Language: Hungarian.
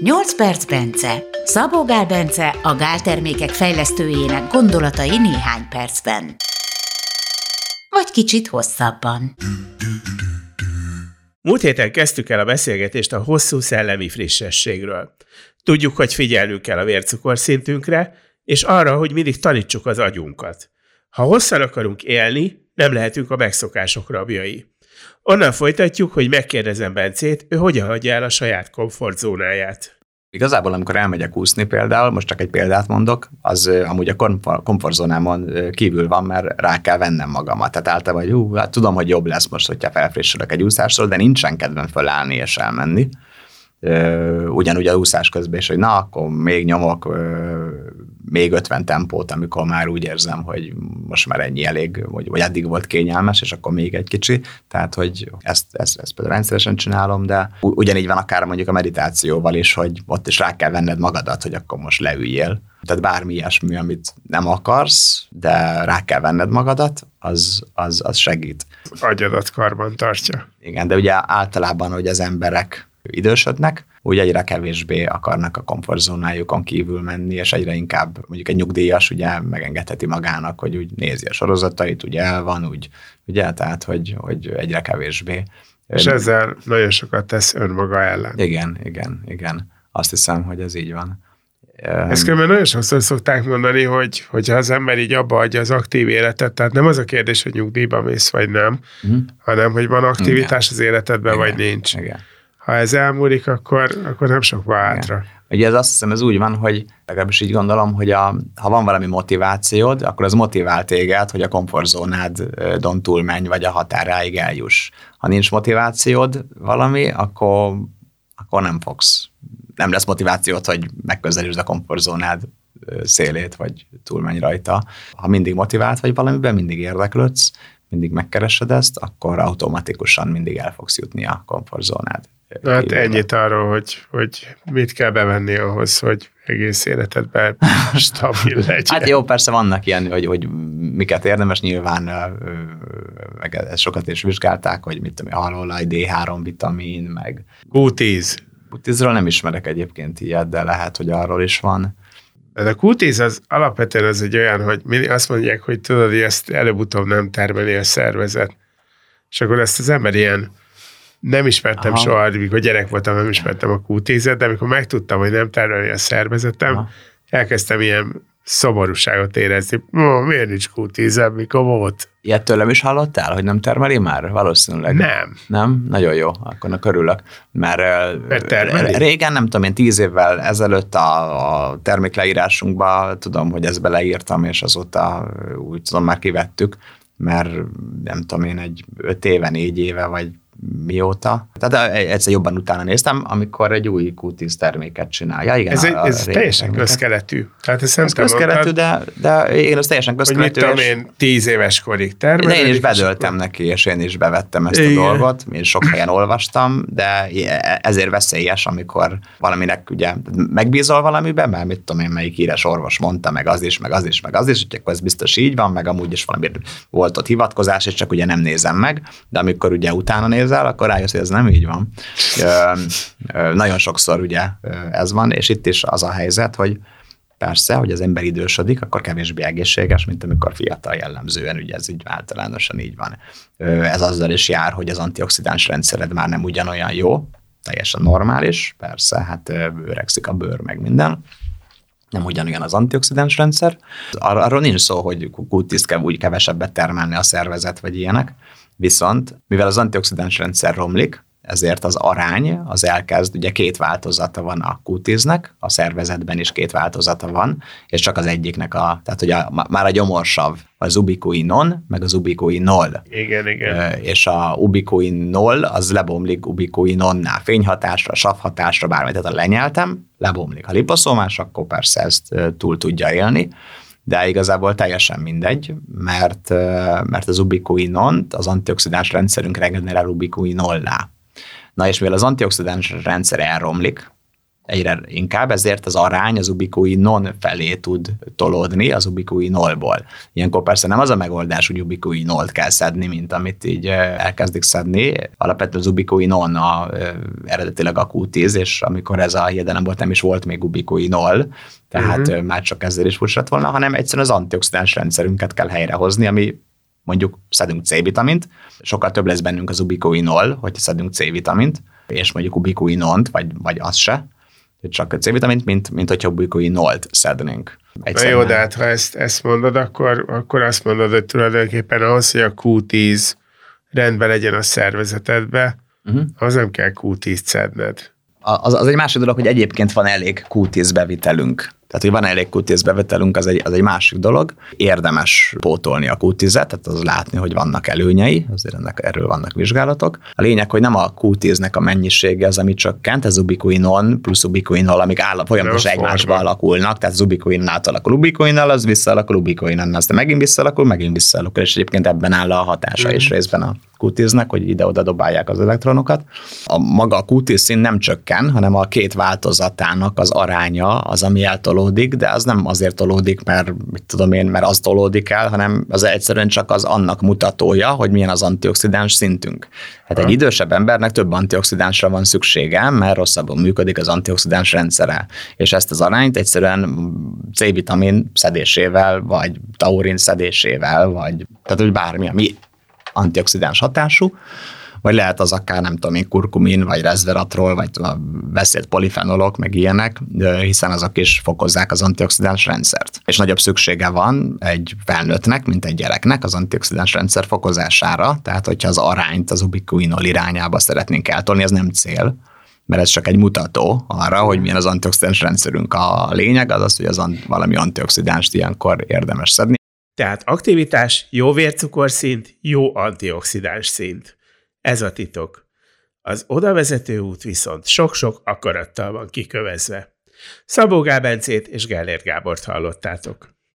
8 perc Bence. Szabó Gál Bence, a gáltermékek fejlesztőjének gondolatai néhány percben. Vagy kicsit hosszabban. Múlt héten kezdtük el a beszélgetést a hosszú szellemi frissességről. Tudjuk, hogy figyelnünk kell a vércukorszintünkre, és arra, hogy mindig tanítsuk az agyunkat. Ha hosszan akarunk élni, nem lehetünk a megszokások rabjai. Onnan folytatjuk, hogy megkérdezem Bencét, ő hogyan hagyja el a saját komfortzónáját. Igazából, amikor elmegyek úszni például, most csak egy példát mondok, az amúgy a komfortzónámon kívül van, mert rá kell vennem magamat. Tehát általában, hogy hát tudom, hogy jobb lesz most, hogyha felfrissülök egy úszásról, de nincsen kedvem fölállni és elmenni. Ugyanúgy a úszás közben is, hogy na, akkor még nyomok még 50 tempót, amikor már úgy érzem, hogy most már ennyi elég, vagy eddig volt kényelmes, és akkor még egy kicsi. Tehát, hogy ezt például rendszeresen csinálom, de ugyanígy van akár mondjuk a meditációval is, hogy ott is rá kell venned magadat, hogy akkor most leüljél. Tehát bármi ilyesmi, amit nem akarsz, de rá kell venned magadat, az segít. Agyadat karban tartja. Igen, de ugye általában, hogy az emberek idősödnek, úgy egyre kevésbé akarnak a komfortzónájukon kívül menni, és egyre inkább mondjuk egy nyugdíjas ugye megengedheti magának, hogy úgy nézi a sorozatait, úgy el van, úgy, ugye, tehát, hogy egyre kevésbé. És ezzel nagyon sokat tesz önmaga ellen. Igen. Azt hiszem, hogy ez így van. Ezt különben nagyon sokszor szokták mondani, hogy ha az ember így abba adja az aktív életet, tehát nem az a kérdés, hogy nyugdíjba mész, vagy nem, hanem hogy van aktivitás az életedben, vagy nincs. Igen. Ha ez elmúlik, akkor nem sok van hátra. Ugye ez azt hiszem, ez úgy van, hogy legalábbis így gondolom, hogy ha van valami motivációd, akkor az motivál téged, hogy a komfortzónádon túlmenj, vagy a határáig eljuss. Ha nincs motivációd valami, akkor nem lesz motivációd, hogy megközelítsd a komfortzónád szélét, vagy túlmenj rajta. Ha mindig motivált vagy valamiben, mindig érdeklődsz, mindig megkeresed ezt, akkor automatikusan mindig el fogsz jutni a komfortzónád. Hát ennyit arról, hogy mit kell bevenni ahhoz, hogy egész életedben stabil legyen. Hát jó, persze vannak ilyen, hogy miket érdemes, nyilván meg ezt sokat is vizsgálták, hogy mit tudom, halolaj, D3 vitamin, meg Q10. Q10-ről nem ismerek egyébként ilyet, de lehet, hogy arról is van. De a Q10 az alapvetően az egy olyan, hogy azt mondják, hogy tudod, hogy ezt előbb-utóbb nem termeli a szervezet. És akkor ezt az ember ilyen nem ismertem soha, amikor gyerek voltam, nem ismertem a Q10-et, de amikor megtudtam, hogy nem termeli a szervezetem, elkezdtem ilyen szomorúságot érezni. Miért nincs Q10-em, mikor volt? Ilyet tőlem is hallottál, hogy nem termeli már? Valószínűleg. Nem. Nem? Nagyon jó, akkor örülök. Mert régen, nem tudom én, 10 évvel ezelőtt a termékleírásunkban tudom, hogy ezt beleírtam, és azóta úgy tudom, már kivettük, mert nem tudom én, egy 5 éve, 4 éve, vagy mióta. Tehát egyszer jobban utána néztem, amikor egy új Q10 terméket csinálja. Igen, ez teljesen közkeletű. Tehát ez közkeletű, de én az teljesen közkeletű. Hogy mit tudom én, 10 éves korig termelődik. De én is bedöltem neki, és én is bevettem ezt a dolgot. Én sok helyen olvastam, de ezért veszélyes, amikor valaminek ugye megbízol valamiben, mert mit tudom én, melyik híres orvos mondta, meg az is, hogy akkor ez biztos így van, meg amúgy is valami volt ott hivatkozás, és csak ugye nem nézem meg, de amikor ugye utána nézem, akkor rájössz, hogy ez nem így van. Nagyon sokszor ugye ez van, és itt is az a helyzet, hogy persze, hogy az ember idősödik, akkor kevésbé egészséges, mint amikor fiatal jellemzően, ugye ez így általánosan így van. Ez azzal is jár, hogy az antioxidáns rendszered már nem ugyanolyan jó, teljesen normális, persze, hát öregszik a bőr, meg minden. Nem ugyanolyan az antioxidáns rendszer. Arról nincs szó, hogy Q10 kell úgy kevesebbet termelni a szervezet, vagy ilyenek. Viszont, mivel az antioxidáns rendszer romlik, ezért az arány az elkezd, ugye 2 változata van a Q10-nek, a szervezetben is 2 változata van, és csak az egyiknek tehát ugye már a gyomorsav, az ubiquinon, meg az ubiquinol. Igen. És a ubiquinol az lebomlik ubiquinonnál, fényhatásra, savhatásra, bármit, tehát ha lenyeltem, lebomlik. Ha liposzómás, akkor persze ezt túl tudja élni, de igazából teljesen mindegy, mert az ubiquinont az antioxidáns rendszerünk regenerál ubiquinollá. Na és mivel az antioxidáns rendszer elromlik, egyre inkább, ezért az arány az ubiquinon felé tud tolódni az ubiquinolból. Ilyenkor persze nem az a megoldás, hogy ubiquinolt kell szedni, mint amit így elkezdik szedni. Alapvetően az ubiquinon eredetileg a Q10, és amikor ez a hiedelem volt, nem is volt még ubiquinol, tehát már csak ezzel is furcsa lett volna, hanem egyszerűen az antioxidáns rendszerünket kell helyrehozni, ami mondjuk szedünk C-vitamint, sokkal több lesz bennünk az ubiquinol, hogyha szedünk C-vitamint, és mondjuk ubiquinont, vagy az se, csak C-vitamint, mint hogyha ubiquinolt szednénk. Na jó, de hát ha ezt mondod, akkor azt mondod, hogy tulajdonképpen ahhoz, hogy a Q10 rendben legyen a szervezetedbe, az nem kell Q10 szedned. Az egy másik dolog, hogy egyébként van elég Q10 bevitelünk. Tehát, hogy van elég Q10 bevételünk, az egy másik dolog. Érdemes pótolni a Q10-et, tehát az látni, hogy vannak előnyei, azért erről vannak vizsgálatok. A lényeg, hogy nem a Q10-nek a mennyisége az, ami csökkent, ez ubiquinol plusz ubiquinol, amik folyamatosan egymásba alakulnak, tehát az ubiquinon átalakul ubiquinol, az visszaalakul ubiquinonnal, aztán megint visszaalakul, és egyébként ebben áll a hatása is részben a Q10-nek, hogy ide-oda dobálják az elektronokat. Maga a Q10 szint nem csökken, hanem a két változatának az aránya az, ami eltolódik, de az nem azért tolódik, mert mert az tolódik el, hanem az egyszerűen csak az annak mutatója, hogy milyen az antioxidáns szintünk. Hát egy idősebb embernek több antioxidánsra van szüksége, mert rosszabbul működik az antioxidáns rendszere. És ezt az arányt egyszerűen C-vitamin szedésével, vagy taurin szedésével, vagy tehát hogy bármi, ami antioxidáns hatású, vagy lehet az akár, nem tudom én, kurkumin, vagy resveratrol, vagy beszélt polifenolok, meg ilyenek, hiszen azok is fokozzák az antioxidáns rendszert. És nagyobb szüksége van egy felnőttnek, mint egy gyereknek az antioxidáns rendszer fokozására, tehát hogyha az arányt az ubiquinol irányába szeretnénk eltolni, ez nem cél, mert ez csak egy mutató arra, hogy milyen az antioxidáns rendszerünk. A lényeg az, hogy valami antioxidánst ilyenkor érdemes szedni. Tehát aktivitás, jó vércukorszint, jó antioxidáns szint. Ez a titok. Az odavezető út viszont sok-sok akarattal van kikövezve. Szabó Gál Bencét és Gellért Gábort hallottátok.